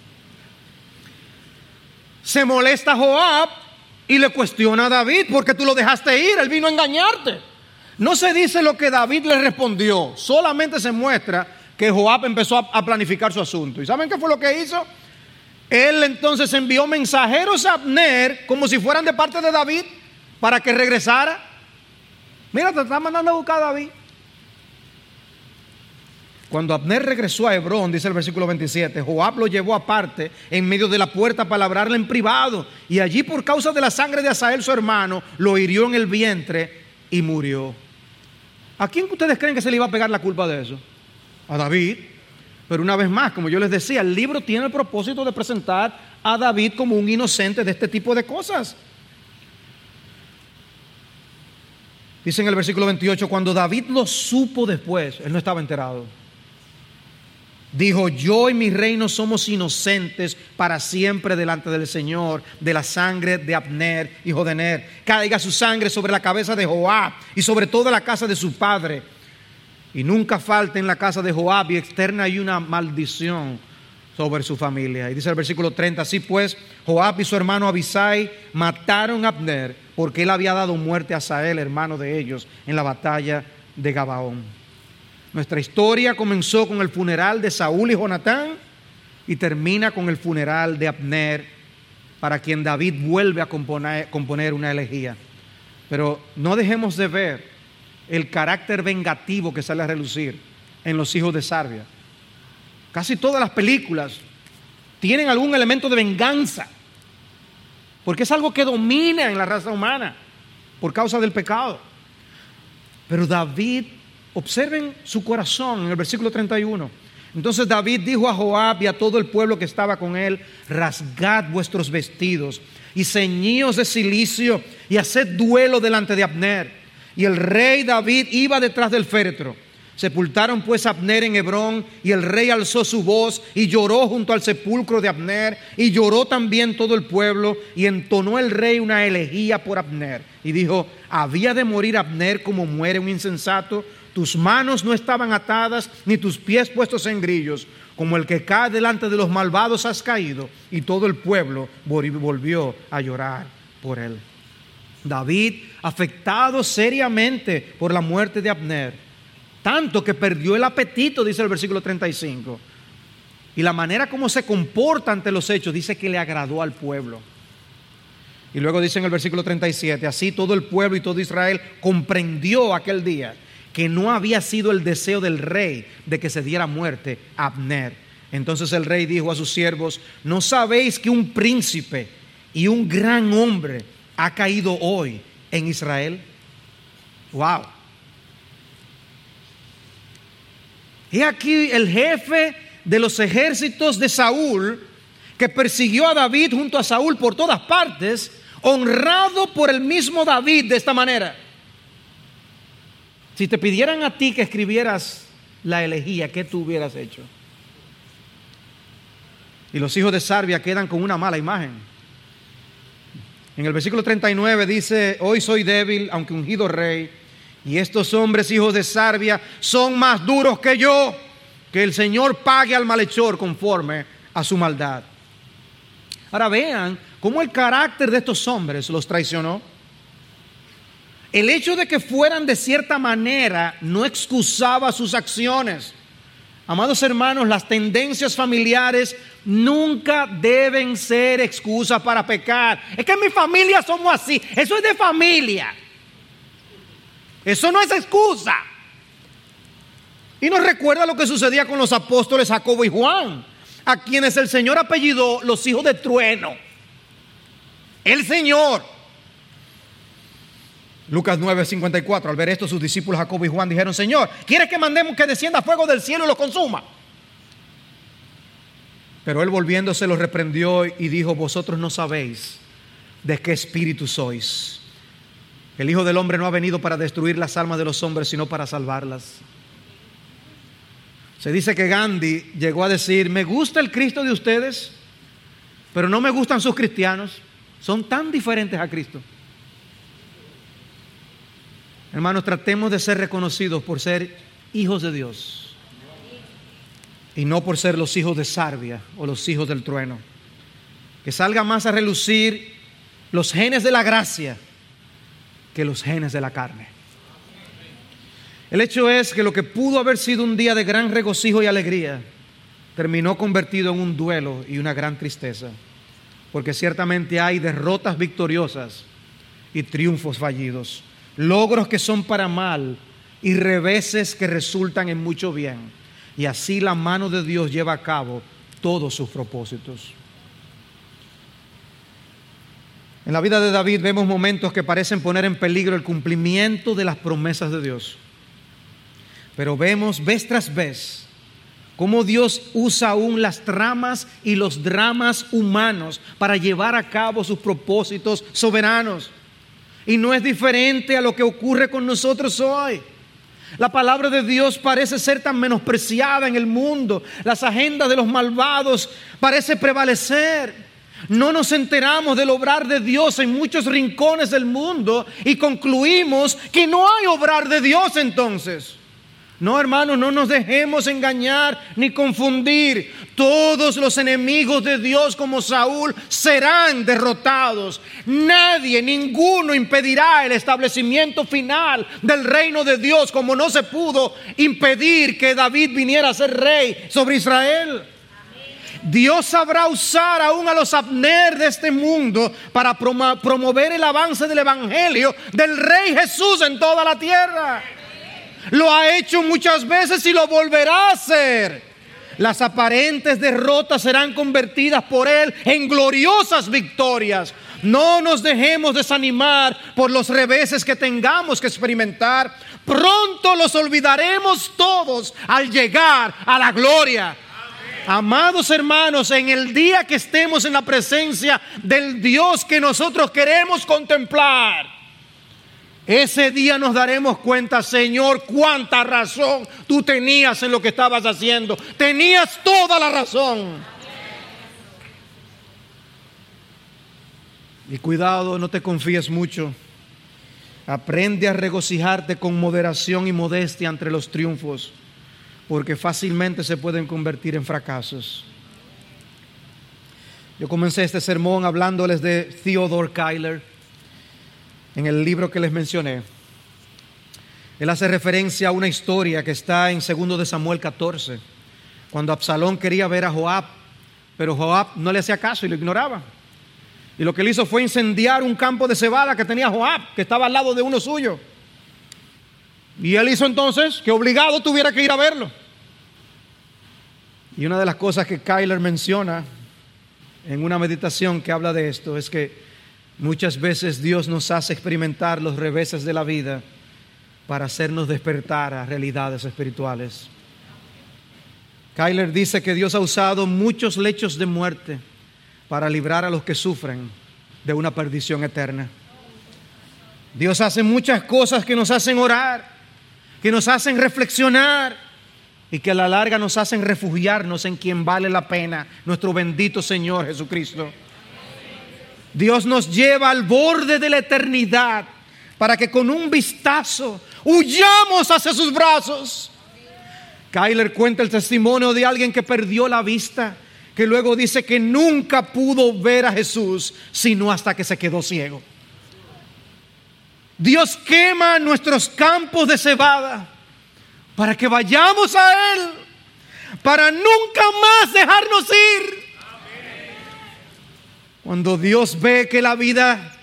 Se molesta Joab y le cuestiona a David: ¿por qué tú lo dejaste ir? Él vino a engañarte. No se dice lo que David le respondió, solamente se muestra que Joab empezó a, a planificar su asunto. ¿Y saben qué fue lo que hizo? Él entonces envió mensajeros a Abner como si fueran de parte de David para que regresara. Mira, te está mandando a buscar a David. Cuando Abner regresó a Hebrón, dice el versículo veintisiete, Joab lo llevó aparte en medio de la puerta para hablarle en privado, y allí, por causa de la sangre de Asael su hermano, lo hirió en el vientre y murió. ¿A quién ustedes creen que se le iba a pegar la culpa de eso? A David. Pero una vez más, como yo les decía, el libro tiene el propósito de presentar a David como un inocente de este tipo de cosas. Dice en el versículo veintiocho, cuando David lo supo después, él no estaba enterado, dijo: yo y mi reino somos inocentes para siempre delante del Señor de la sangre de Abner, hijo de Ner. Caiga su sangre sobre la cabeza de Joab y sobre toda la casa de su padre, y nunca falte en la casa de Joab y externa hay una maldición sobre su familia. Y dice el versículo treinta, así pues Joab y su hermano Abisai mataron a Abner, porque él había dado muerte a Asael, hermano de ellos, en la batalla de Gabaón. Nuestra historia comenzó con el funeral de Saúl y Jonatán y termina con el funeral de Abner, para quien David vuelve a componer, componer una elegía. Pero no dejemos de ver el carácter vengativo que sale a relucir en los hijos de Sarbia. Casi todas las películas tienen algún elemento de venganza, porque es algo que domina en la raza humana por causa del pecado. Pero David, observen su corazón en el versículo treinta y uno. Entonces David dijo a Joab y a todo el pueblo que estaba con él: rasgad vuestros vestidos y ceñíos de cilicio y haced duelo delante de Abner. Y el rey David iba detrás del féretro. Sepultaron pues a Abner en Hebrón, y el rey alzó su voz y lloró junto al sepulcro de Abner, y lloró también todo el pueblo, y entonó el rey una elegía por Abner y dijo: ¿había de morir Abner como muere un insensato? Tus manos no estaban atadas, ni tus pies puestos en grillos. Como el que cae delante de los malvados has caído. Y todo el pueblo volvió a llorar por él. David, afectado seriamente por la muerte de Abner, tanto que perdió el apetito, dice el versículo treinta y cinco. Y la manera como se comporta ante los hechos dice que le agradó al pueblo. Y luego dice en el versículo treinta y siete, así todo el pueblo y todo Israel comprendió aquel día que no había sido el deseo del rey de que se diera muerte a Abner. Entonces el rey dijo a sus siervos, ¿no sabéis que un príncipe y un gran hombre ha caído hoy en Israel? Wow. Y aquí el jefe de los ejércitos de Saúl, que persiguió a David junto a Saúl por todas partes, honrado por el mismo David de esta manera. Si te pidieran a ti que escribieras la elegía, ¿qué tú hubieras hecho? Y los hijos de Sarbia quedan con una mala imagen. En el versículo treinta y nueve dice, hoy soy débil, aunque ungido rey, y estos hombres hijos de Sarbia son más duros que yo. Que el Señor pague al malhechor conforme a su maldad. Ahora vean cómo el carácter de estos hombres los traicionó. El hecho de que fueran de cierta manera no excusaba sus acciones. Amados hermanos, las tendencias familiares nunca deben ser excusa para pecar. Es que en mi familia somos así. Eso es de familia. Eso no es excusa. Y nos recuerda lo que sucedía con los apóstoles Jacobo y Juan, a quienes el Señor apellidó los hijos de trueno. El Señor. Lucas nueve cincuenta y cuatro. Al ver esto, sus discípulos Jacobo y Juan dijeron, Señor, ¿quieres que mandemos que descienda fuego del cielo y los consuma? Pero él volviéndose los reprendió y dijo, vosotros no sabéis de qué espíritu sois. El Hijo del Hombre no ha venido para destruir las almas de los hombres, sino para salvarlas. Se dice que Gandhi llegó a decir, me gusta el Cristo de ustedes, pero no me gustan sus cristianos. Son tan diferentes a Cristo. Hermanos, tratemos de ser reconocidos por ser hijos de Dios y no por ser los hijos de Sarbia o los hijos del trueno. Que salga más a relucir los genes de la gracia que los genes de la carne. El hecho es que lo que pudo haber sido un día de gran regocijo y alegría terminó convertido en un duelo y una gran tristeza, porque ciertamente hay derrotas victoriosas y triunfos fallidos, logros que son para mal y reveses que resultan en mucho bien, y así la mano de Dios lleva a cabo todos sus propósitos. En la vida de David vemos momentos que parecen poner en peligro el cumplimiento de las promesas de Dios. Pero vemos vez tras vez cómo Dios usa aún las tramas y los dramas humanos para llevar a cabo sus propósitos soberanos. Y no es diferente a lo que ocurre con nosotros hoy. La palabra de Dios parece ser tan menospreciada en el mundo. Las agendas de los malvados parecen prevalecer. No nos enteramos del obrar de Dios en muchos rincones del mundo y concluimos que no hay obrar de Dios entonces. No, hermanos, no nos dejemos engañar ni confundir. Todos los enemigos de Dios como Saúl serán derrotados. Nadie, ninguno impedirá el establecimiento final del reino de Dios, como no se pudo impedir que David viniera a ser rey sobre Israel. Dios sabrá usar aún a los Abner de este mundo para promo- promover el avance del evangelio del Rey Jesús en toda la tierra. Lo ha hecho muchas veces y lo volverá a hacer. Las aparentes derrotas serán convertidas por Él en gloriosas victorias. No nos dejemos desanimar por los reveses que tengamos que experimentar. Pronto los olvidaremos todos al llegar a la gloria. Amados hermanos, en el día que estemos en la presencia del Dios que nosotros queremos contemplar, ese día nos daremos cuenta, Señor, cuánta razón tú tenías en lo que estabas haciendo. Tenías toda la razón. Y cuidado, no te confíes mucho. Aprende a regocijarte con moderación y modestia entre los triunfos, porque fácilmente se pueden convertir en fracasos. Yo comencé este sermón hablándoles de Theodore Kyler en el libro que les mencioné. Él hace referencia a una historia que está en segundo de Samuel catorce, cuando Absalón quería ver a Joab, pero Joab no le hacía caso y lo ignoraba. Y lo que él hizo fue incendiar un campo de cebada que tenía Joab, que estaba al lado de uno suyo. Y él hizo entonces que obligado tuviera que ir a verlo. Y una de las cosas que Kyler menciona en una meditación que habla de esto es que muchas veces Dios nos hace experimentar los reveses de la vida para hacernos despertar a realidades espirituales. Kyler dice que Dios ha usado muchos lechos de muerte para librar a los que sufren de una perdición eterna. Dios hace muchas cosas que nos hacen orar, que nos hacen reflexionar y que a la larga nos hacen refugiarnos en quien vale la pena, nuestro bendito Señor Jesucristo. Dios nos lleva al borde de la eternidad para que con un vistazo huyamos hacia sus brazos. Kyler cuenta el testimonio de alguien que perdió la vista, que luego dice que nunca pudo ver a Jesús sino hasta que se quedó ciego. Dios quema nuestros campos de cebada para que vayamos a Él, para nunca más dejarnos ir. Cuando Dios ve que la vida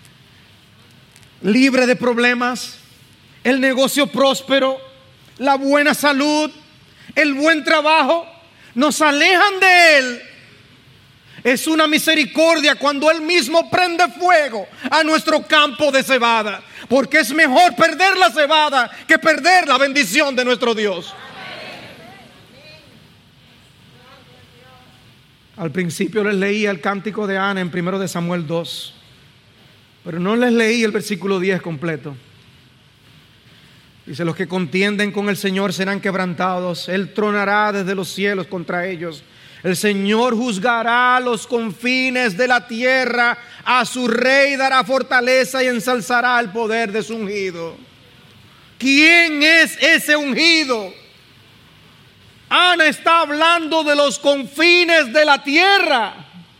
libre de problemas, el negocio próspero, la buena salud, el buen trabajo, nos alejan de Él, es una misericordia cuando Él mismo prende fuego a nuestro campo de cebada, porque es mejor perder la cebada que perder la bendición de nuestro Dios. Al principio les leía el cántico de Ana en primero de Samuel dos, pero no les leí el versículo diez completo. Dice: los que contienden con el Señor serán quebrantados. Él tronará desde los cielos contra ellos. El Señor juzgará los confines de la tierra. A su rey dará fortaleza y ensalzará el poder de su ungido. ¿Quién es ese ungido? Ana está hablando de los confines de la tierra.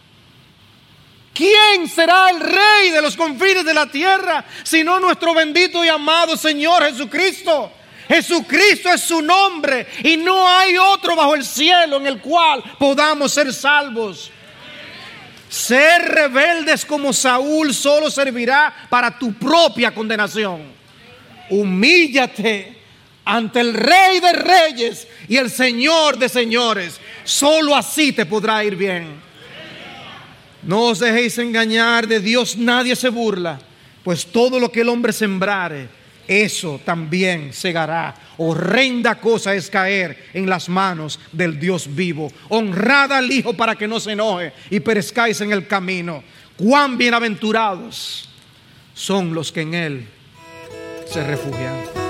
¿Quién será el rey de los confines de la tierra sino nuestro bendito y amado Señor Jesucristo? Jesucristo es su nombre y no hay otro bajo el cielo en el cual podamos ser salvos. Ser rebeldes como Saúl solo servirá para tu propia condenación. Humíllate ante el Rey de Reyes y el Señor de Señores. Solo así te podrá ir bien. No os dejéis engañar, de Dios nadie se burla, pues todo lo que el hombre sembrare, eso también segará. Horrenda cosa es caer en las manos del Dios vivo. Honrad al Hijo para que no se enoje y perezcáis en el camino. Cuán bienaventurados son los que en Él se refugian.